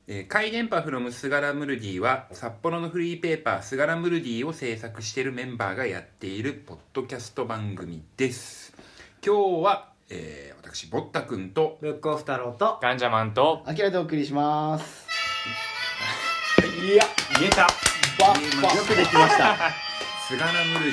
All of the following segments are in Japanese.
回電波フロムスガラムルディは札幌のフリーペーパースガラムルディを制作しているメンバーがやっているポッドキャスト番組です。今日は、私ボッタくんとブックオフ太郎とガンジャマンとアキラでお送りします。 いや言えたよくできましたスガラムルディです。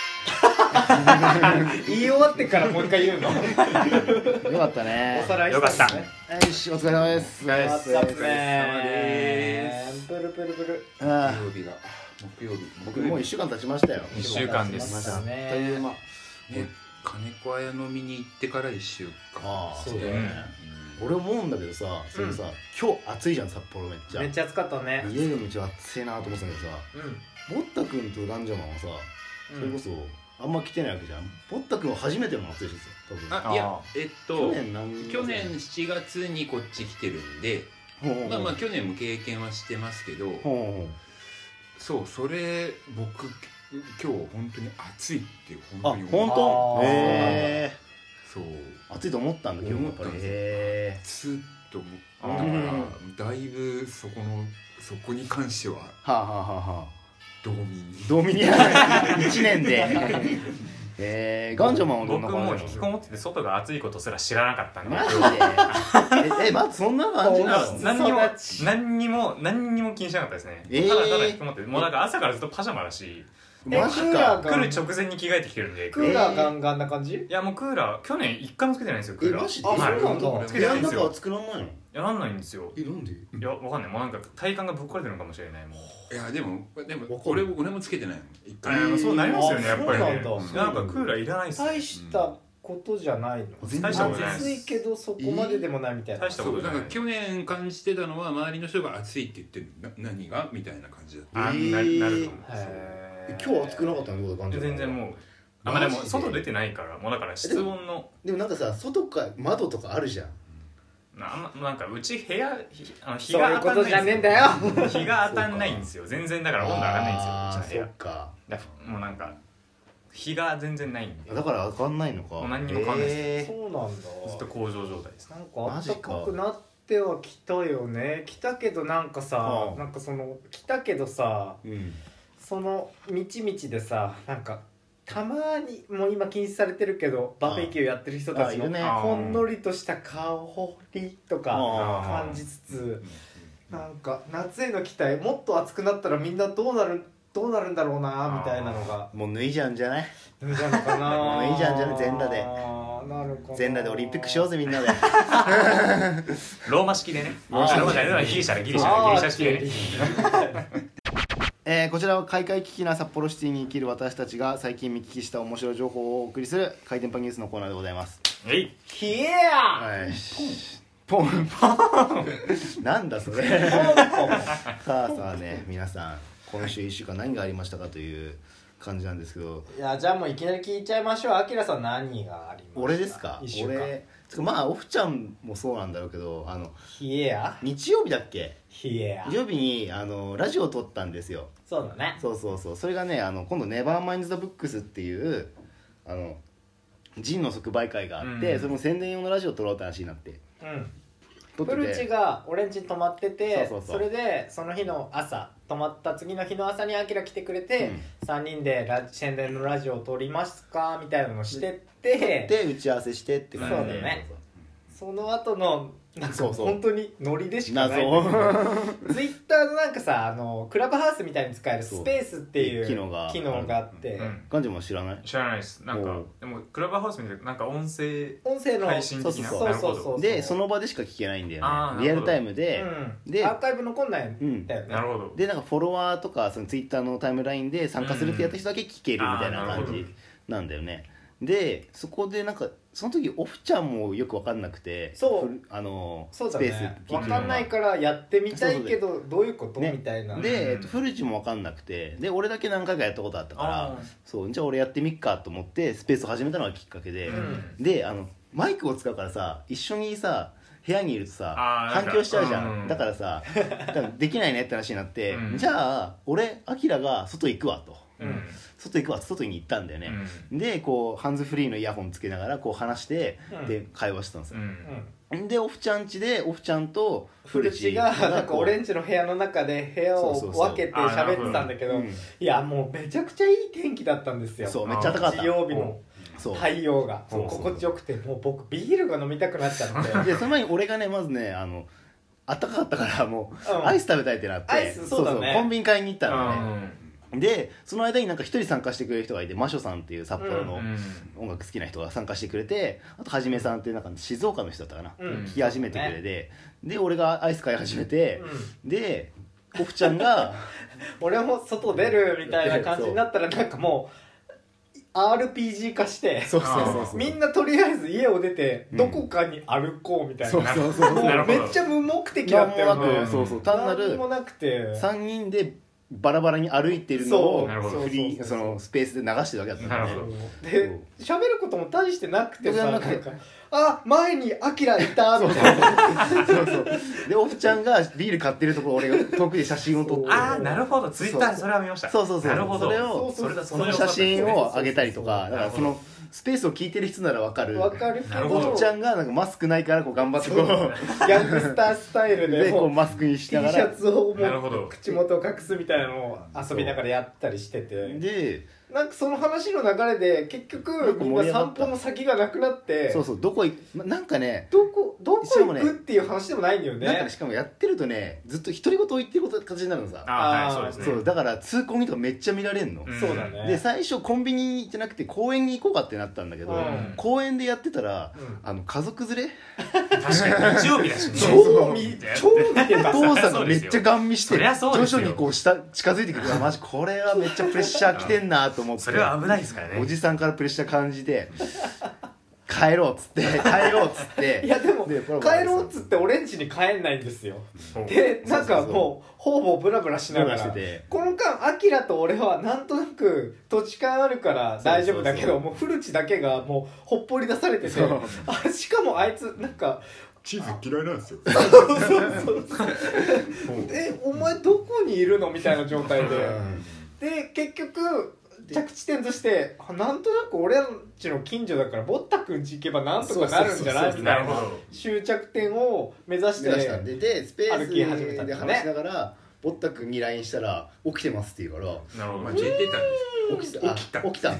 言い終わってからもう一回言うのよかったね。 おさらいよかったね。 よし、お疲れ様です。 お疲れ様です。 お疲れ様お疲れ様です。 プルプルプル。 あ木曜日僕もう1週間経ちましたよ。 1週間ですましたねという金子綾飲みに行ってから1週間。 ああ、 そだそううだね。俺思うんだけどさ、それさ、今日暑いじゃん札幌めっちゃ。 めっちゃ暑かったね。 家がめっちゃ暑いなと思ってたけどさ、ボッタ君とガンジャマンはさ、それこそあんま来てないわけじゃん。ボッタ君は初めての夏でしょ多分。 いや去年 7月にこっち来てるんで、まあ去年も経験はしてますけど、そうそれ僕今日本当に暑いって本当に思う。 本当？ そう暑いと思ったんだ今日もやっぱり。 暑いと思ったからだいぶそこに関しては道民に1年でガンジャマンはどんな僕も感じ引きこもってて外が暑いことすら知らなかったんでマジで待ってそんな感じなの？ 何にも気にしなかったですね。ただただ引きこもってもうなんか朝からずっとパジャマだし、 マジか。 来る直前に着替えてきてるんで、 クーラーガンガンな感じ？ いやもうクーラー去年1回もつけてないんですよ。クーラーマジで？ あ、そうなんだ。 つけてないんですよ。 作らんないの？ やらんないんですよ。 なんで？ いやわかんない。もうなんか体感がぶっ壊れてるのかもしれない。もういやでも俺もつけてないもん一回。 そうなりますよねやっぱりね。 そうなんだ。 なんかクーラーいらないっすね。 大したことじゃないの。 大したことない暑いけどそこまででもないみたいな。 大したことじゃない。 去年感じてたのは周りの人が暑いって言ってる何がみたいな感じだった。 なるかも。 今日暑くなかったの？感じ。 全然もうまあでも外出てないからもうだから室温のでもなんかさ外か窓とかあるじゃん。 なんかうち部屋日そういうことじゃねえんだよ。 日が当たんないんですよ。全然だから温度上がんないんですようちの部屋。 そっか。 もうなんか日が全然ないんでだから上がんないのか。 もう何にも変わんないです。 そうなんだ。 ずっと工場状態です。 なんか暖かくなってはきたよね。来たけどなんかさ、なんか来たけどさ、そのみちみちでさ、なんかたまにもう今禁止されてるけどバーベキューやってる人たちのほんのりとした香りとか感じつつ、なんか夏への期待、もっと暑くなったらみんなどうなるんだろうなみたいなのが。 もう脱いじゃうんじゃない？ 脱いじゃうのかな。 脱いじゃうんじゃない？全裸で。 なるかな。 全裸でオリンピックしようぜみんなで。 ローマ式でね。ローマじゃないギリシャ式でね。 こちらは開会危機な札幌シティに生きる私たちが最近見聞きした面白い情報をお送りする回電波ニュースのコーナーでございます。 ひえやはい。ポンなんだそれ。さあね皆さん今週1週間何がありましたかという感じなんですけど。 いやじゃあもういきなり聞いちゃいましょう。あきらさん何がありました？ 俺ですか？俺まあオフちゃんもそうなんだろうけどひえや日曜日だっけ？ ひえや日曜日にラジオを撮ったんですよ。 そうだね。 そうそれがね今度ネバーマインドザブックスっていうジンの即売会があって、それも宣伝用のラジオを撮ろうって話になってプルチが俺ん家に泊まってて、 そうそれでその日の朝泊まった次の日の朝にアキラ来てくれて、3人で宣伝のラジオを撮りますかみたいなのをしてってで打ち合わせしてって感じで、そうだね。その後のなんか本当にノリでしかない。ツイッターのなんかさクラブハウスみたいに使えるスペースっていう機能があって、 ガンジも知らない？ 知らないです。なんかでもクラブハウスみたいななんか音声の配信的な。 そうでその場でしか聞けないんだよね。リアルタイムでアーカイブ残んないんだよね。 なるほど。 でなんかフォロワーとかそのツイッターのタイムラインで参加するってやった人だけ聞けるみたいな感じなんだよね。でそこでなんかその時オフちゃんもよく分かんなくて、 そうスだペーね、 ス分かんないからやってみたいけどどういうこと、みたいな。 でフルチも分かんなくて、で俺だけ何回かやったことあったからそうじゃあ俺やってみっかと思ってスペースを始めたのがきっかけで、でマイクを使うからさ一緒にさ部屋にいるとさ反響しちゃうじゃん、だからさできないねって話になって、じゃあ俺アキラが外行くわと外行くわって外に行ったんだよね、でこうハンズフリーのイヤホンつけながらこう話して、で会話してたんですよ、でオフちゃん家でオフちゃんとフルチがなんかオレンジの部屋の中で部屋を分けて喋ってたんだけど、いやもうめちゃくちゃいい天気だったんですよ。 そうめっちゃ暖かかった。 日曜日の太陽が心地よくて、もう僕ビールが飲みたくなっちゃって。 でその前に俺がねまずね暖かかったからもうアイス食べたいってなって、 アイスそうだね、 コンビニ買いに行ったのね。でその間になんか一人参加してくれる人がいて、マショさんっていう札幌の音楽好きな人が参加してくれて、あとはじめさんっていうなんか静岡の人だったかな、聞き始めてくれて、で俺がアイス買い始めて、でオフちゃんが俺も外出るみたいな感じになったらなんかもう RPG 化して、みんなとりあえず家を出てどこかに歩こうみたいな、もうめっちゃ無目的だったよね。 単なる何もなくて 3人でバラバラに歩いてるのをフリーそのスペースで流してるだけだったんだね。 で喋ることも大してなくてさ、なんかあ前にアキラいたみたいなでオフちゃんがビール買ってるところ俺が遠くで写真を撮って、 ああなるほど、ツイッターでそれは見ました。なるほど、 その写真を上げたりとか、だからそのスペースを聞いてる人なら分かるけど、 オフちゃんがなんかマスクないからこう頑張ってこうギャングスタースタイルでこうマスクにしながら T シャツをもう口元を隠すみたいなのを遊びながらやったりしてて、 でなんかその話の流れで結局みんな散歩の先がなくなって、 どこなんかねどこ行くっていう話でもないんだよね。 なんかしかもやってるとねずっと独り言を言ってる形になるのさ。そうだから通行人とかめっちゃ見られんの。 そうだね。 で最初コンビニじゃなくて公園に行こうかってなったんだけど、公園でやってたら家族連れ確かに日曜日だしね、 超見てた。 お父さんがめっちゃガン見して徐 々 にこう近づいてくるから、マジこれはめっちゃプレッシャーきてんなと思って、 それは危ないですからね。 おじさんからプレッシャー感じて帰ろうっつっていやでも帰ろうっつってオレンジに帰んないんですよ。でなんかもうほぼブラブラしながら、この間アキラと俺はなんとなく土地勘あるから大丈夫だけど、もうフルチだけがもうほっぽり出されてて、しかもあいつなんかチーズ嫌いなんですよ。 そうお前どこにいるのみたいな状態で結局着地点としてなんとなく俺らちの近所だからボッタくんち行けばなんとかなるんじゃないみたいな終着点を目指してでスペース歩き始めたんでだね。 話しながらボッタくんに LINE したら起きてますって言うから、 なるほど、 間違えてたんです。 起きた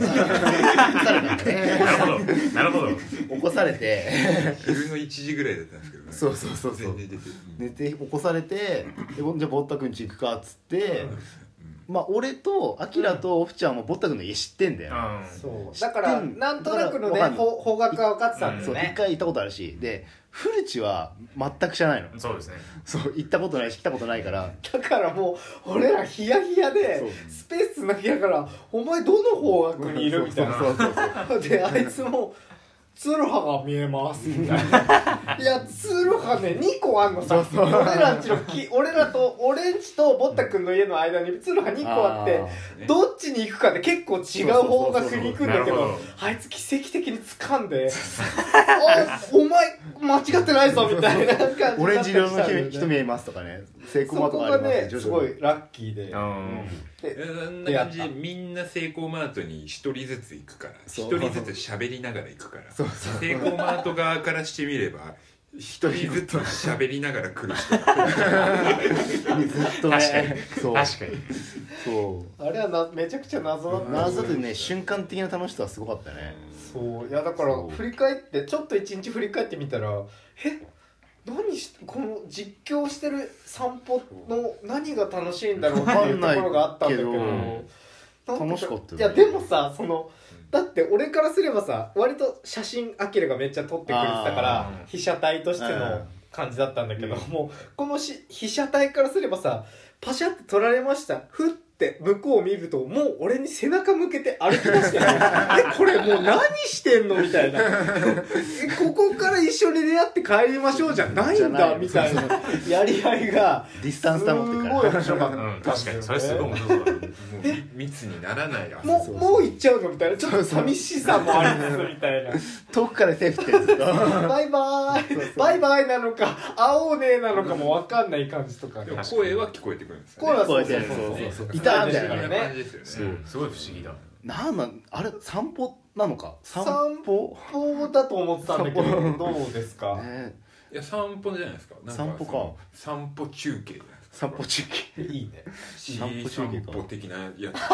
なるほど起こされて昼の1時ぐらいだったんですけどね。 そう寝て起こされて、でじゃあボッタくんち行くかっつって、まあ俺とアキラとオフちゃんもボッタ君の家知ってんだよ、 そうだからなんとなくのね方角が分かってたんですよね。 一回行ったことあるし、でフルチは全く知らないの。 そうですね。 そう行ったことないし来たことないから、 だからもう俺らヒヤヒヤでスペースなきだからお前どの方角にいるみたいな。であいつもツルハが見えますみたいな。いやツルハね2個あんのさ。俺らとオレンジとボッタ君の家の間にツルハ2個あって、どっちに行くかで結構違う方角に行くんだけど、あいつ奇跡的に掴んでお前間違ってないぞみたいな感じだったりしたんだよね。 オレンジ色の人見えますとかね、セイコーマートがありますね。 すごいラッキーで。 あんな感じでみんなセイコーマートに一人ずつ行くから、一人ずつ喋りながら行くから、セイコーマート側からしてみれば一人ずつ喋りながら来る人ずっとね。 確かにそうあれはめちゃくちゃ謎だった。 謎でね、瞬間的な楽しさはすごかったね。 そういやだから振り返ってちょっと一日振り返ってみたら、この実況してる散歩の何が楽しいんだろうっていうところがあったんだけど、 楽しかったよね。 いやでもさ、だって俺からすればさ、割と写真アキラがめっちゃ撮ってくれてたから被写体としての感じだったんだけど、もうこの被写体からすればさ、パシャって撮られました、ふって向こうを見るともう俺に背中向けて歩き出してるこれもう何してんのみたいなここから一緒に出会って帰りましょうじゃないんだみたいなやり合いがディスタンス保ってからすごい面白かった確かにそれすごい面白かった。 密にならないもう行っちゃうのみたいな、ちょっと寂しさもありつつみたいな遠くから手振ってるんですかバイバーイバイバイなのか会おうねなのかも分かんない感じとか、 声は聞こえてくるんですよね。 声はそういたみたいな不思議な感じですよね。 すごい不思議だ。 あれ散歩なのか、 散歩だと思ってたんだけどどうですか？ いや散歩じゃないですか。 散歩か。 散歩中継じゃないですか。 散歩中継いいね。 散歩中継か。 散歩的なやつ。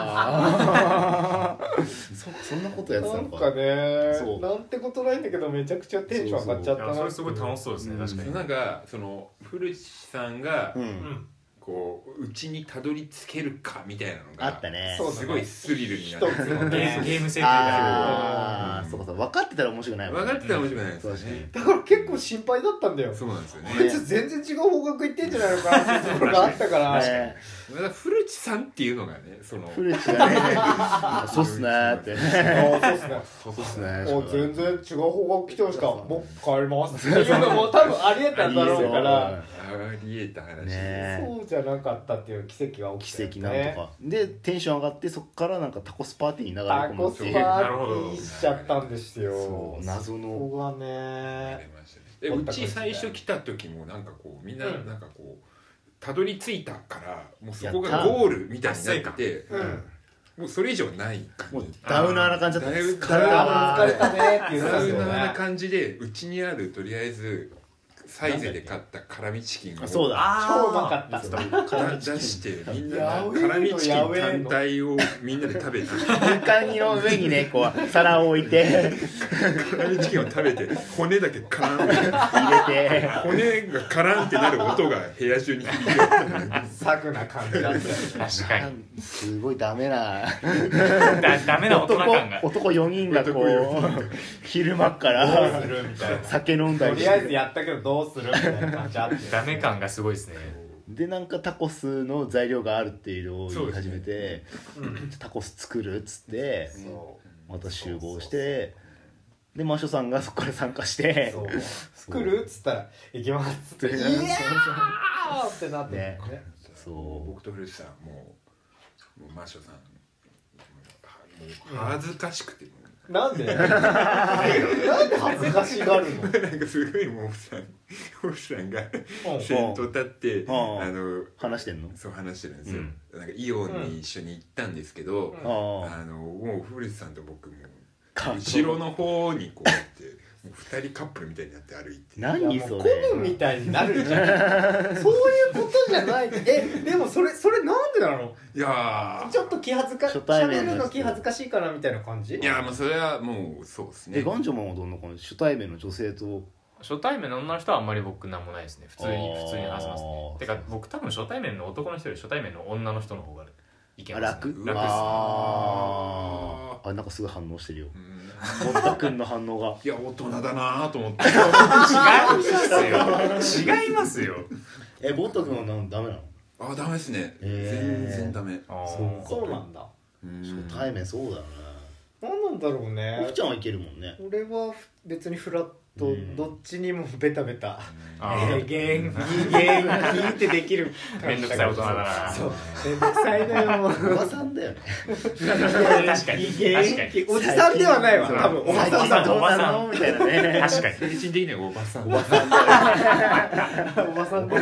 そんなことやってたのか。 なんかね、なんてことないんだけどめちゃくちゃテンション上がっちゃったな。 それすごい楽しそうですね。確かに。 なんかその古市さんがこううちにたどり着けるかみたいなのがあったね。 すごいスリルになる。 ゲーム性というか。 そうかそう、分かってたら面白くないもんね。 分かってたら面白くないですよね。 だから結構心配だったんだよ。 そうなんですよね。 こいつ全然違う方角行ってんじゃないのかなっていうところがあったから。 まだ古市さんっていうのがね、その古市がね、そうっすねーって。 そうっすね。全然違う方角来てました。もう帰りますっていうのも多分ありえたんだろうから。 ありえた話ね。そうじゃなかったっていう奇跡が起きて、 奇跡なんとかでテンション上がって、そこからなんかタコスパーティーに流れ込む。 タコスパーティーしちゃったんですよ。 そう謎の。 ここがね。 うち最初来た時もなんかこうみんななんかこうたどり着いたからもうそこがゴールみたいになってて、もうそれ以上ない感じ。 もうダウナーな感じだった。 疲れたねっていうダウナーな感じで、うちにあるとりあえずサイゼで買った辛味チキンをそうだ超うまかった出してみんな辛味チキン単体をみんなで食べて床の上にねこう皿を置いて辛味チキンを食べて骨だけカランって入れて骨がカランってなる音が部屋中に響き渡るサクな感じだった確かにすごいダメなダメな大人感が男4人がこう昼間からどうするみたいな酒飲んだりしてとりあえずやったけどどうするみたいな感じあってダメ感がすごいですね。 でなんかタコスの材料があるっていうのを言い始めて、タコス作るっつってまた集合してでマショさんがそこから参加して作るっつったら行きますっつっていやーってなってね。 そう僕と古市さんもうマショさんもう恥ずかしくてなんで恥ずかしがるのなんかすごいもうホフさんが先頭立って話してんのそう話してるんですよ、なんかイオンに一緒に行ったんですけど、もう古市さんと僕も後ろの方にこうやってもう2人カップルみたいになって歩いて何それコムみたいになるじゃんそういうことじゃないでもそれなんでなの？いやちょっと気恥ずかしい喋るの気恥ずかしいかなみたいな感じ？ いやもうそれはもうそうですね。 ガンジョマンはどんな感じ？初対面の女性と初対面の女の人はあんまり僕なんもないですね。普通に話せますね。てか僕多分初対面の男の人より初対面の女の人の方がいけますね。 楽ですね。あなんかすごい反応してるよ。ボッタ君の反応がいや大人だなと思って違いますよボッタ君はダメなの？ あダメですね、全然ダメ。 そうなんだ。 初対面そうだね。 何なんだろうね。 おふちゃんはいけるもんね。 俺は別にフラットどっちにもベタベタゲーム聞いてできるめんどくさい大人だな。 そうめんどくさいのよ。 おばさんだよね。 確かにおじさんではないわ多分。おばさんどうなのみたいなね。 確かに精神的にはおばさんおばさんだよ。おばさんです。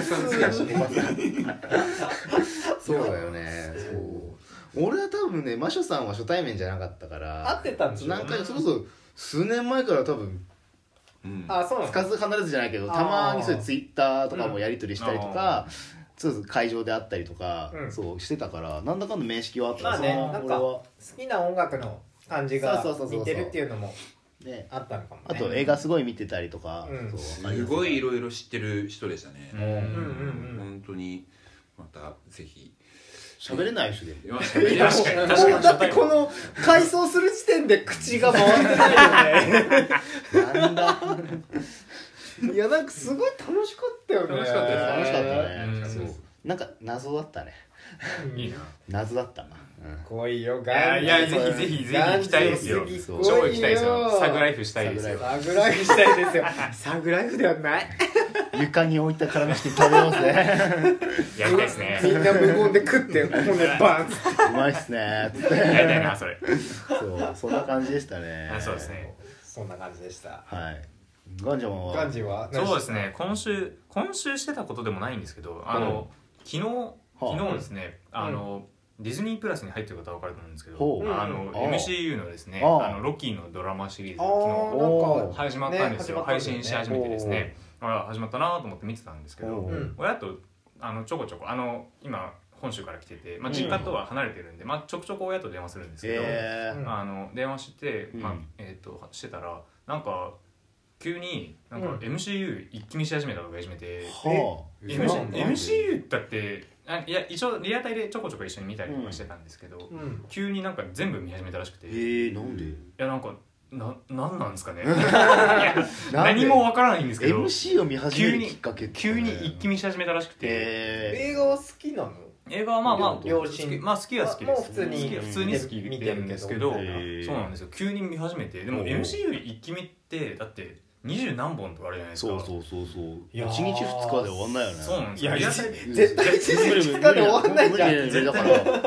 そうだよね。俺は多分ねマショさんは初対面じゃなかったから会ってたんでしょ。 何回そう数年前から多分つかず離れずじゃないけどたまにそういうツイッターとかもやり取りしたりとかそう会場で会ったりとかそうしてたからなんだかんだ面識はあったまあねなんか好きな音楽の感じが似てるっていうのもあったのかもね。 あと映画すごい見てたりとかすごいいろいろ知ってる人でしたね。本当にまたぜひ喋れない人で確かにだってこの回想する時点で口が回ってないよね。なんだいやなんかすごい楽しかったよね。 楽しかったです。 楽しかったね。なんか謎だったね。 いいな。 謎だったな。 来いよガンジ。いやぜひ行きたいですよ。超行きたいですよ。サグライフしたいですよ。 サグライフしたいですよ。サグライフではない。 床に置いたからまして食べようぜ。 やりたいですね。 みんな無言で食って骨バンっつって。 うまいっすね。やりたいなそれ。 そんな感じでしたね。 そうですね。 そんな感じでした。 はい。ガンジはそうですね。今週してたことでもないんですけど、昨日ですね、 ディズニープラスに入ってる方は分かると思うんですけど、 ほう MCU のですねロキのドラマシリーズが昨日始まったんですよ、配信し始めてですね、始まったなと思って見てたんですけど、親とちょこちょこ今本州から来てて、実家とは離れてるんで、ちょくちょく親と電話するんですけど、電話して、してたらなんか急になんか MCU 一気見し始めたとか言い始めて、MCU だっていや一応リアタイでちょこちょこ一緒に見たりとかしてたんですけど、急になんか全部見始めたらしくて、 なんで？いやなんかなんなんですかね。いや何もわからないんですけど MC を見始めるきっかけって急に一気見し始めたらしくて、 映画は好きなの？ 映画は両親好きは好きです。 もう普通に好き見てるんですけど、そうなんですよ。急に見始めて、でも MCU 一気見ってだって20何本とかあるじゃないですか。 そう1日2日で終わんないよね。 そうなんですよ。 絶対1日2日で終わんないじゃん。 だから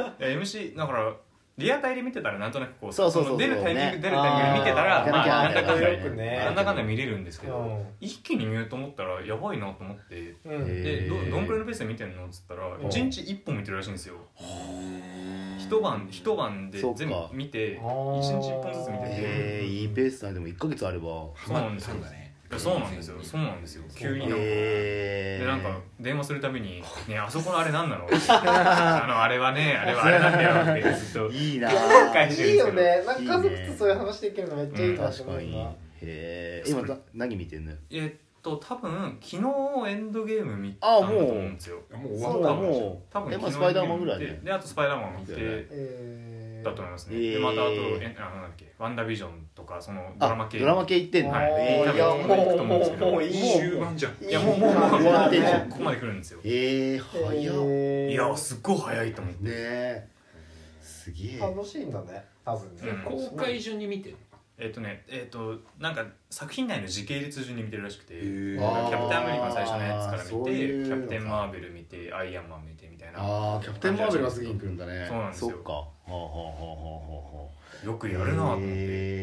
MC だからリアタイで見てたらなんとなくこうそう出るタイミング見てたらなんだかんだ見れるんですけど、一気に見ようと思ったらやばいなと思って、でどんくらいのペースで見てんのっつったら1日1本見てるらしいんですよ。一晩で全部見て1日1本ずつ見てて、 いいペースだね。でも1ヶ月あればそうなんですよ。そうなんですよ。急になんかでなんか電話するたびにね、あそこのあれなんなの？あれはね、あれなんだよってずっといいな。 いいよね。なんか家族とそういう話できるのめっちゃいいなと思うな。 今何見てんの？ 多分昨日エンドゲーム見たと思うんですよ。 もう終わったもう多分スパイダーマンぐらいで、あとスパイダーマン見てだと思いますね。でまたあとなんだっけ、ワンダービジョンとかそのドラマ系行ってんの？ はい。いやもういい終盤じゃん。 いやもう終わってんじゃん。ここまで来るんですよ。 早っ。 いやすっごい早いと思って。 ね。すげえ。 楽しいんだね。多分ね。 公開順に見てる。 なんか作品内の時系列順に見てるらしくて、キーャプテンアメリカの最初のやつから見て、キャプテンマーベル見て、アイアンマン見てみたいな。 キャプテンマーベルが次に来るんだね。 そうなんですよ。 そっか。 よくやるなと思って、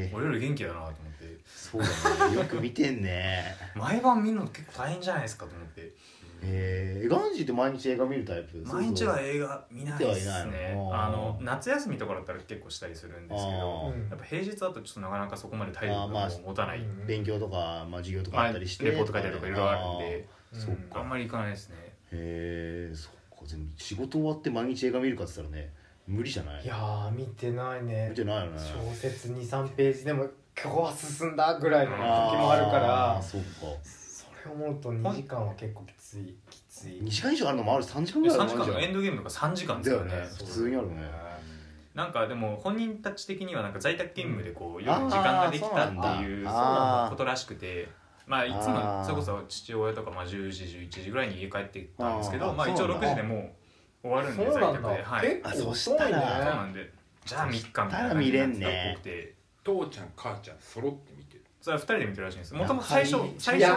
俺より元気だなと思って。 そうだね。よく見てんね。 毎晩見るの結構大変じゃないですかと思って。 ガンジーって毎日映画見るタイプ？ 毎日は映画見ないですね。夏休みとかだったら結構したりするんですけど、やっぱ平日だとちょっとなかなかそこまで体力が持たない。 勉強とか授業とかあったりして、 レポート書いたりとかいろいろあるんで、 そっか。 あんまり行かないですね。 そっか。全部仕事終わって毎日映画見るかって言ったらね、無理じゃない？ いや見てないね。 見てないよね。 小説 2,3 ページでも今日は進んだぐらいの時もあるから、 そっか。 それ思うと2時間は結構きつい。 2時間以上あるのもある。3時間ぐらいあるのもあるじゃん。 エンドゲームとか3時間ですよね。 普通にあるね。 なんかでも本人たち的にはなんか在宅勤務でこう夜に時間ができたっていうことらしくて、いつもそれこそ父親とか10時11時ぐらいに家帰ってきたんですけど、一応6時でもう終わるんで在宅で、はい。 結構遅いね。そうなんで、じゃあ3日みたいな感じになってたっぽくて、 父ちゃん母ちゃん揃って見てる。 それは2人で見てるらしいんです。もともと最初お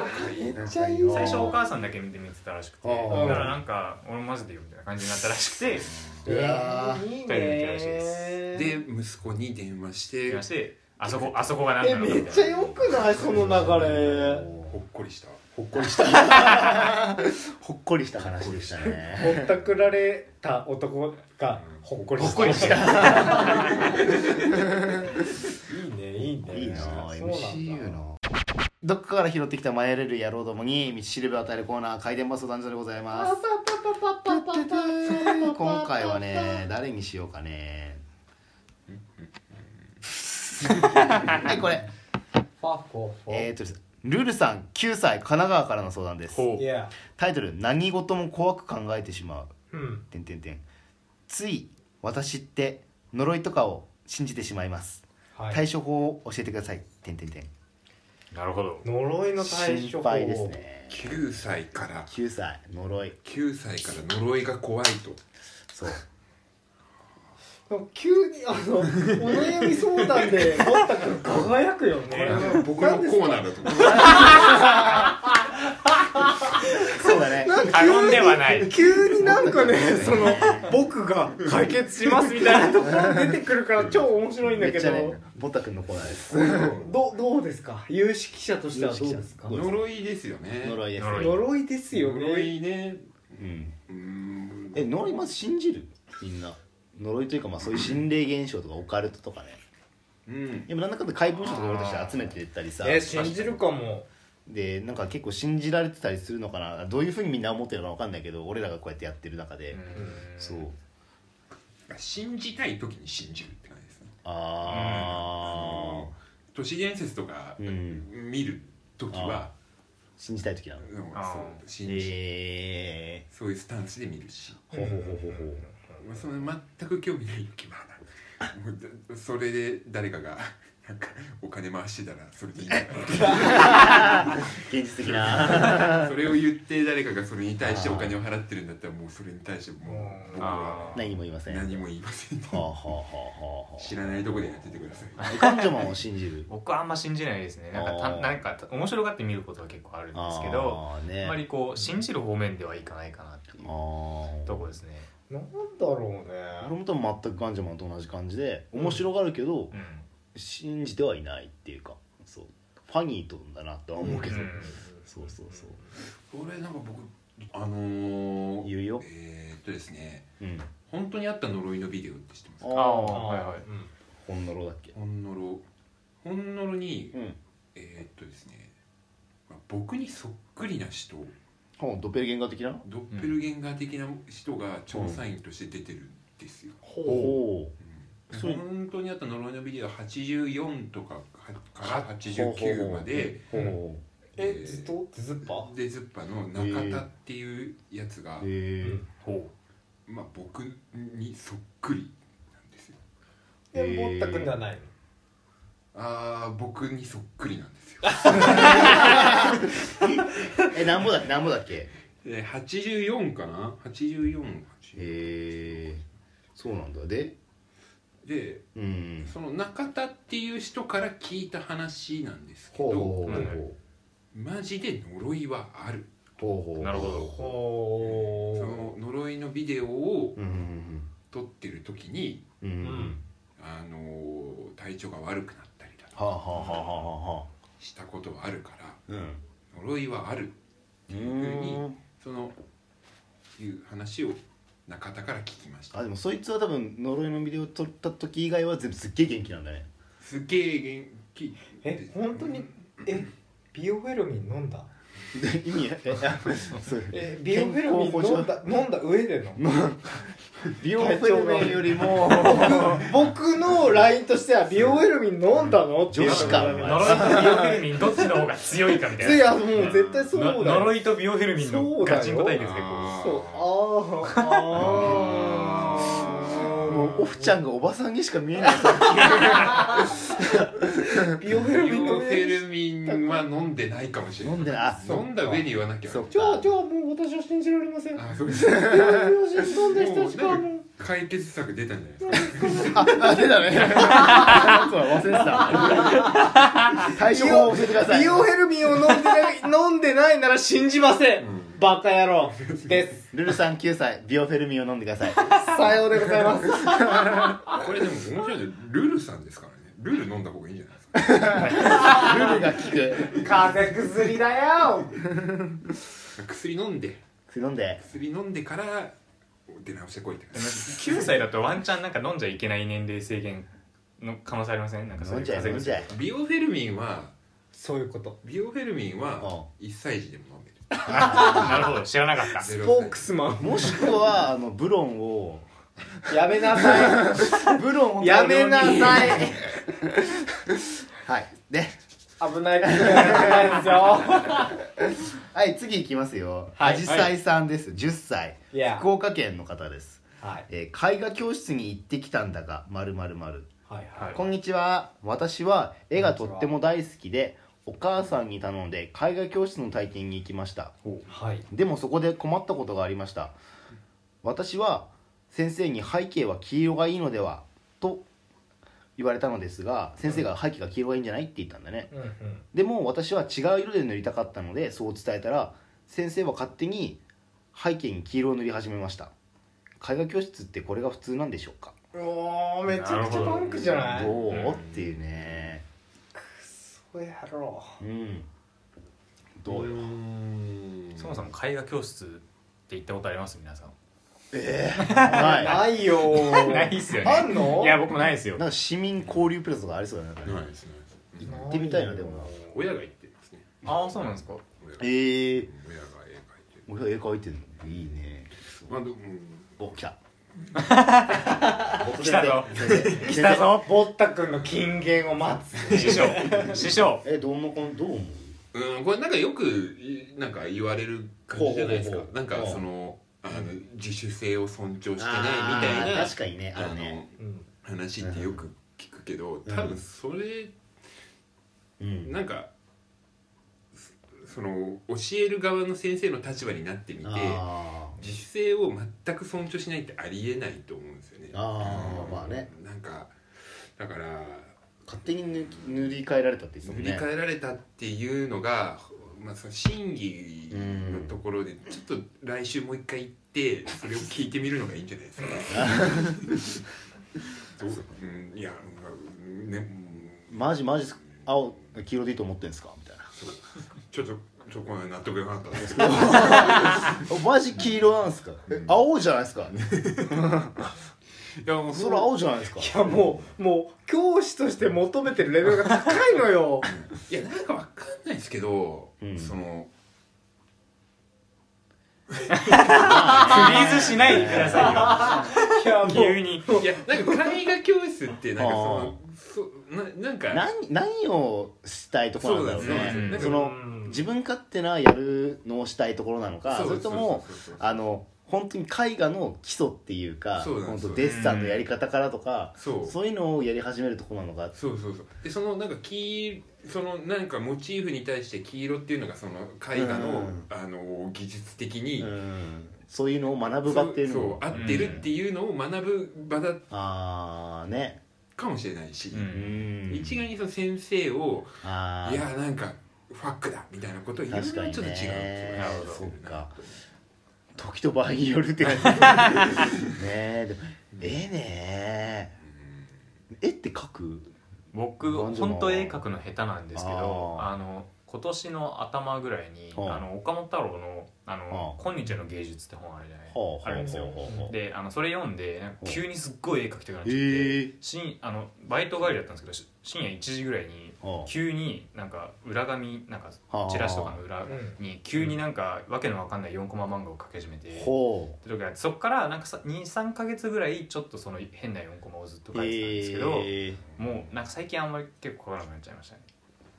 母さんだけ見てたらしくて、だからなんか俺マジでよみたいな感じになったらしくて、 2人で見てるらしいです。で息子に電話してあそこがなんだろうみたいな。 めっちゃ良くないその流れ。 ほっこりしたほっこりした話でしたね。 ぼったくられた男がほっこりした。いいな MCU のどっかから拾ってきた迷えれる野郎どもに道しるべを与えるコーナー、回転バス男女でございます。今回はね、誰にしようかね。はい、これルルさん9歳神奈川からの相談です。タイトル、何事も怖く考えてしまう。つい私って呪いとかを信じてしまいます。対処法を教えてください。 なるほど。 呪いの対処法。 心配ですね。 9歳から呪い。 9歳から呪いが怖いと。 そう。 急にお悩み相談でボッタ君輝くよね。 これは僕のコーナーだと思う。 そうだね。 過言ではない。 急になんかね、僕が解決しますみたいなところ出てくるから超面白いんだけど。 ボッタ君のコーナーです。 どうですか。有識者としてはどうですか。 呪いですよね。 呪いですよね。 呪いね。 呪いまず信じるみんな。 呪いというかまあそういう心霊現象とかオカルトとかね、うん、でもなんだかんだ怪文書とか俺として集めてったりさ、 信じるかも。 でなんか結構信じられてたりするのかな、どういうふうにみんな思ってるのか分かんないけど、俺らがこうやってやってる中で、そう信じたい時に信じるって感じですね。 ああ、 都市伝説とか見る時は信じたい時なの。 そう信じ、そういうスタンスで見るし、その全く興味ない時はそれで誰かがなんかお金回してたらそれでいい現実的なそれを言って誰かがそれに対してお金を払ってるんだったらもうそれに対してもう僕は何も言いません。 何も言いません。知らないとこでやっててください。 彼女も信じる？ 僕はあんま信じないですね。なんか面白がって見ることは結構あるんですけど、あんまりこう信じる方面ではいかないかなっていうとこですね。 なんだろうね。 俺も多分全くガンジャマンと同じ感じで面白がるけど、信じてはいないっていうか、そうファニーとんだなって思うけど、そう俺なんか僕言うよ。 ですね、本当にあった呪いのビデオって知ってますか？ はいはい。 本呪だっけ？ 本呪にですね、僕にそっくりな人、 ドッペルゲンガー的な？ ドッペルゲンガー的な人が調査員として出てるんですよ。本当にあった呪いのビデオ84とかから89まで、 ずっとデズッパの中田っていうやつが、まあ僕にそっくりなんですよ。 ぼったくんではないの？僕にそっくりなんですよ。 なんぼだっけ ？84かな？84。 そうなんだ。 で、その中田っていう人から聞いた話なんですけど、マジで呪いはある。 なるほど。 その呪いのビデオを撮ってる時に、体調が悪くなったりだとかしたことはあるから、呪いはあるっていうふうにいう話を中田から聞きました。 でもそいつは多分呪いのビデオを撮った時以外は全部すっげえ元気なんだね。 すっげえ元気。 本当にビオフェルミン飲んだ？ 意味ビオフェルミン飲んだ上でのビオフェルミンよりも僕の LINE としてはビオフェルミン飲んだの？ 女子か。 呪いとビオフェルミンどっちの方が強いかみたいな。 いやもう絶対そうだよ。 呪いとビオフェルミンのガチンコ対決でもうオフちゃんがおばさんにしか見えない。 ビオフェルミンは飲んでないかもしれない。飲んだ上に言わなきゃ。 じゃあもう私は信じられません。 そうです。飲んだ人しかもう解決策出たんじゃないですか。 出たね。そう忘れてた。対処法を教えてください。 ビオフェルミンを飲んでないなら信じません。バカ野郎です。 ルルさん9歳、ビオフェルミンを飲んでください。 さようでございます。 これでも面白いのルルさんですからね。ルル飲んだ方がいいんじゃないですか。 ルルが効く。 風邪薬だよ。 薬飲んでから出直してこいって感じ。 9歳だとワンチャンなんか飲んじゃいけない年齢制限の可能性ありません？なんかそういう風邪薬。 ビオフェルミンはそういうこと。 ビオフェルミンは1歳児でも飲める。 なるほど、知らなかった。 スポークスマン。 もしくはブロンをやめなさい。 ブロンをやめなさい。 はい。で危ないですよ。 はい、次いきますよ。あじさいさんです。10歳。福岡県の方です。絵画教室に行ってきたんだが〇〇〇。こんにちは。私は絵がとっても大好きで、お母さんに頼んで絵画教室の体験に行きました。でもそこで困ったことがありました。私は先生に背景は黄色がいいのではと言われたのですが、先生が背景が黄色がいいんじゃないって言ったんだね。でも私は違う色で塗りたかったのでそう伝えたら、先生は勝手に背景に黄色を塗り始めました。絵画教室ってこれが普通なんでしょうか？ めちゃくちゃパンクじゃない？ どうっていうね。 そうやろう。 どうよ。 そもそも絵画教室って行ったことあります？皆さん。 ないよないっすよね。 あんの？ いや僕もないですよ。 なんか市民交流プラスとかありそうだね。 ないですね。 行ってみたいなでもな。 親が行ってますね。 ああそうなんですか。 親が絵描いてる。 俺は絵描いてるのいいね。 まあでもお来た来たぞ来たぞ。 ぼったくんの金言を待つ師匠師匠。 どう思う？ これなんかよくなんか言われる感じじゃないですか。なんかその自主性を尊重してないみたいな確かにねあるね話ってよく聞くけど、多分それなんかその教える側の先生の立場になってみて自主性を全く尊重しないってありえないと思うんですよね。 まあね。 なんかだから勝手に塗り替えられたって言ってたもんね。 塗り替えられたっていうのが、まあ、その審議のところでちょっと来週もう一回行ってそれを聞いてみるのがいいんじゃないですか。いやねマジ青黄色でいいと思ってんですかみたいな。 ちょっとそこまで納得がなかったんですけどマジ黄色なんですか？青じゃないですか？ いやもうそれ青じゃないですか？ いやもう教師として求めてるレベルが高いのよ。 いやなんかわかんないですけど、そのフリーズしないでくださいよ。急に。 いやなんか絵画教室ってなんかなんか何をしたいところなんだろうね。 そうその自分勝手なやるのをしたいところなのか、それとも本当に絵画の基礎っていうか、本当デッサンのやり方からとか、そういうのをやり始めるところなのか。 そうでそのなんかそのなんかモチーフに対して黄色っていうのがその絵画の技術的にそういうのを学ぶ場っていうのを合ってるっていうのを学ぶ場だねかもしれないし、一概にその先生をいやなんかファックだみたいなことを言うのはちょっと違うんですよね。 そうか。時と場合によるって感じね。でも絵って描く？ 僕本当絵描くの下手なんですけど、今年の頭ぐらいに岡本太郎の今日の芸術って本あるじゃない、あるんですよ。でそれ読んで急にすっごい絵描きたくなっちゃって、バイト帰りだったんですけど深夜1時ぐらいに急になんか裏紙なんかチラシとかの裏に急になんかわけのわかんない4コマ漫画を描き始めて、そっからなんか 2,3 ヶ月ぐらいちょっとその変な4コマをずっと描いてたんですけど、もうなんか最近あんまり結構描かなくなっちゃいましたね。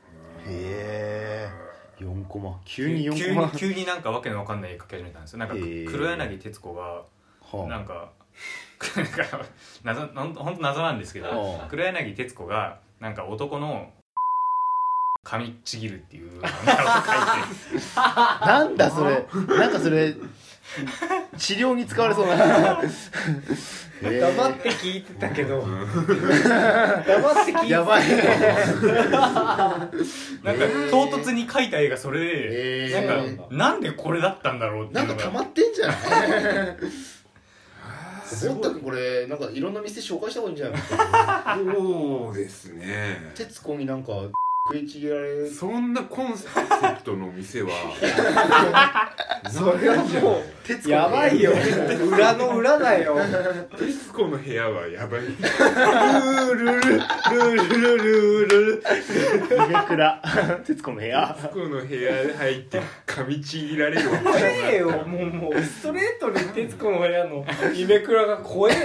4コマ急に4コマ急になんかわけのわかんない絵描き始めたんですよ。なんか黒柳徹子がなんかほんと謎なんですけど、黒柳徹子がなんか男の髪ちぎるっていう漫画を描いてなんだそれ、なんかそれ治療に使われそうな黙って聞いてたけど黙って聞いてたやばいなんか唐突に描いた絵がそれで、なんでこれだったんだろうっていうのがなんか溜まってんじゃないボンタ君これなんかいろんな店紹介した方がいいんじゃないかそうですね。 徹子になんか食いちぎられそんなコンセプトの店はそれはもうやばいよ。裏の裏だよ。 徹子の部屋はやばい。ルールルルルルルル夢倉徹子の部屋、 徹子の部屋入って噛みちぎられるわ。 怖えよ。もうストレートに徹子の部屋の夢倉が怖えよ。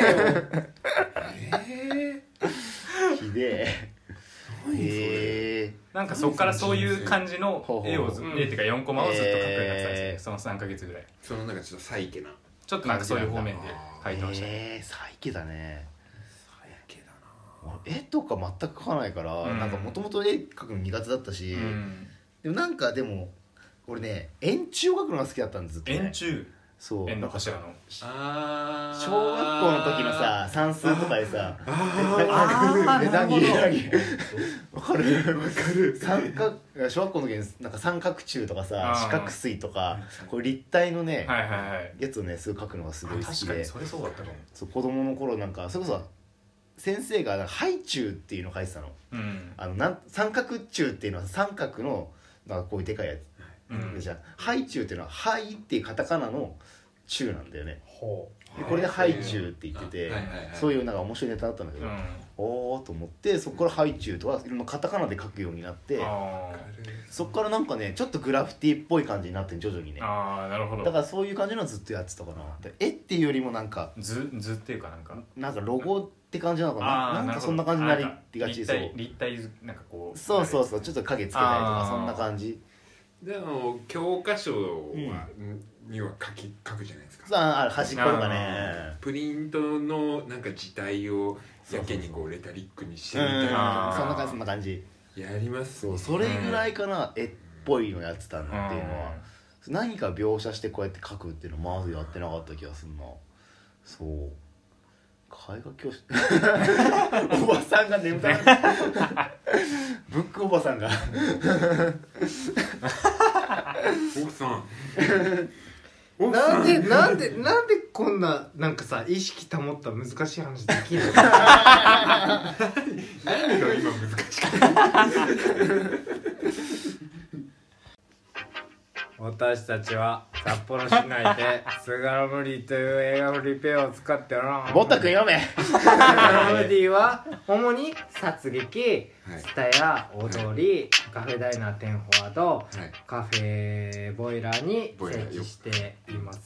ひでえ。 なんかそっからそういう感じの絵を絵っていうか4コマをずっと描くようになってたんですよ、その3ヶ月ぐらい。 そのなんかちょっとサイケなちょっとなんかそういう方面で描いてましたね。 サイケだね。 サイケだな。 絵とか全く描かないから、なんかもともと絵描くの苦手だったし、でもなんかでも俺ね円柱を描くのが好きだったんですずっとね。 円柱、 そう円の柱の小学校の時のさ算数とかでさ何わかる小学校の時になんか三角柱とかさ四角錐とかこう立体のねやつをねすごい描くのがすごい好きで、 確かにそれそうだったかも。 そう子供の頃なんかそれこそ先生がハイチュウっていうのを書いてたの、三角柱っていうのは三角のなんかこういうでかいやつ、じゃあハイチュウっていうのはハイっていうカタカナのチューなんだよね。 ほでこれでハイチュウって言ってて、そういうなんか面白いネタだったんだけど、おおと思って、そこからハイチュウとかいろんなカタカナで書くようになって、そこからなんかねちょっとグラフィティっぽい感じになって徐々にね。 なるほど。 だからそういう感じのずっとやってたかな。絵っていうよりもなんか図っていうかなんかロゴって感じなのかな。なんかそんな感じになりがち。そう立体なんかこう、 そうちょっと影つけたりとかそんな感じ。 でも教科書は、には書くじゃないですか。 あ端っことかね。 プリントのなんか字体をやけにこうレタリックにしてみたいな。 そんな感じ。 やります。 それぐらいかな、絵っぽいのやってたんだっていうのは。何か描写してこうやって書くっていうのはまずやってなかった気がするな。そう。絵画教室おばさんが眠たいブックおばさんが奥さんなんでこんななんかさ意識保った難しい話できるの？ 何が今難しかった？ 私たちは札幌市内でスガラムリーという映画フリーペイを使っておらん。 ボッタ君読め。 スガラムリーは主に殺撃、スタヤ、踊り、カフェダイナーテンフォワード、カフェボイラーに設置しています。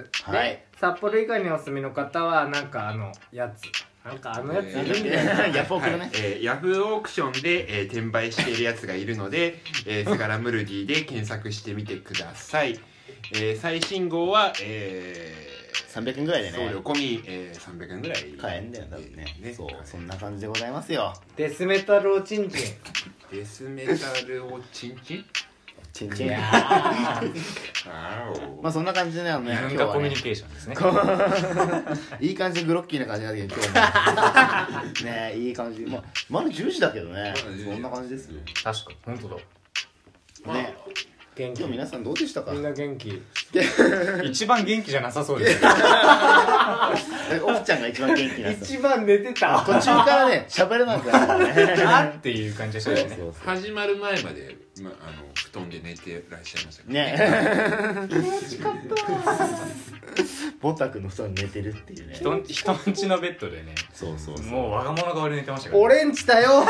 で、札幌以外にお住みの方はなんかやつなんかやついるんだよね。 ヤフオクのね、 ヤフーオークションで、転売しているやつがいるので、スガラムルディで検索してみてください。最新号は、 300円ぐらいでね、 送料込み、300円ぐらい買えんだよ多分ね。そんな感じでございますよ。 デスメタルおちんちん。 デスメタルおちんちんチンチン。 まあそんな感じでね、今日はコミュニケーションですね。 いい感じでグロッキーな感じだけど今日もね、いい感じ。まだ10時だけどね、そんな感じですよ。 確かに本当だね。今日皆さんどうでしたか？ みんな元気。 一番元気じゃなさそうです。 オフちゃんが一番元気なさ。 一番寝てた。 途中からね喋れなくなったね。 あっていう感じでしたね。 始まる前まで布団で寝てらっしゃいましたね。 気持ちかった。 ボタ君の布団に寝てるっていうね。 人んちのベッドでね。 そうもう我が物顔で寝てましたから。 俺んちだよ。 ね、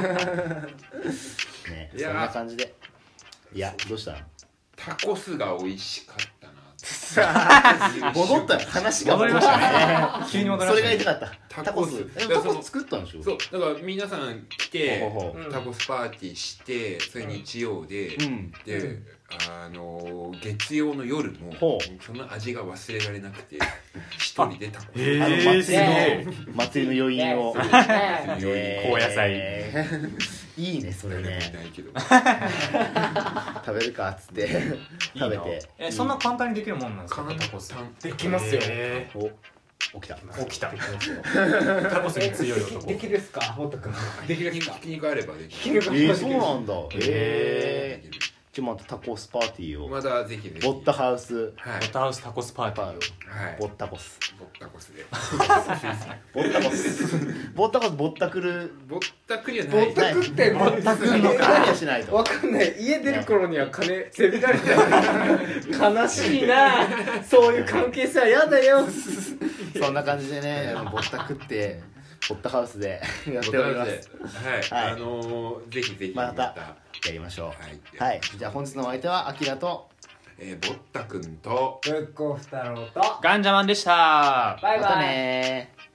そんな感じで。いや、どうしたの？ タコスが美味しかったな。 戻った話が戻りましたね。急に戻りました。 それが言いたかった。タコス作ったんでしょ？ そう、だから皆さん来てタコスパーティーして、それ日曜で、で月曜の夜もその味が忘れられなくて一人でタコス祭りの余韻を高野菜いいねそれね。 ないけど食べるかっつって食べて。 そんな簡単にできるもんなんですか？タコスできますよ。 起きたタコスに強い男。 できるっすか？もっとくんできるひき肉あればできる。 そうなんだ。じゃあまたタコスパーティーをまたぜひぜひボッタハウスタコスパーティーをボッタコスでボッタクルはない。 ボッタクってボッタクるのか何はしないとわかんない。家出る頃には金せびられた。悲しいな。そういう関係性は嫌だよ。 そんな感じでね、ボッタクってボッタハウスでやっております。 はい、ぜひぜひまたやりましょう。はい、じゃあ本日のお相手はアキラとボッタくんとブックオフ太郎とガンジャマンでした。 バイバイ。 またね。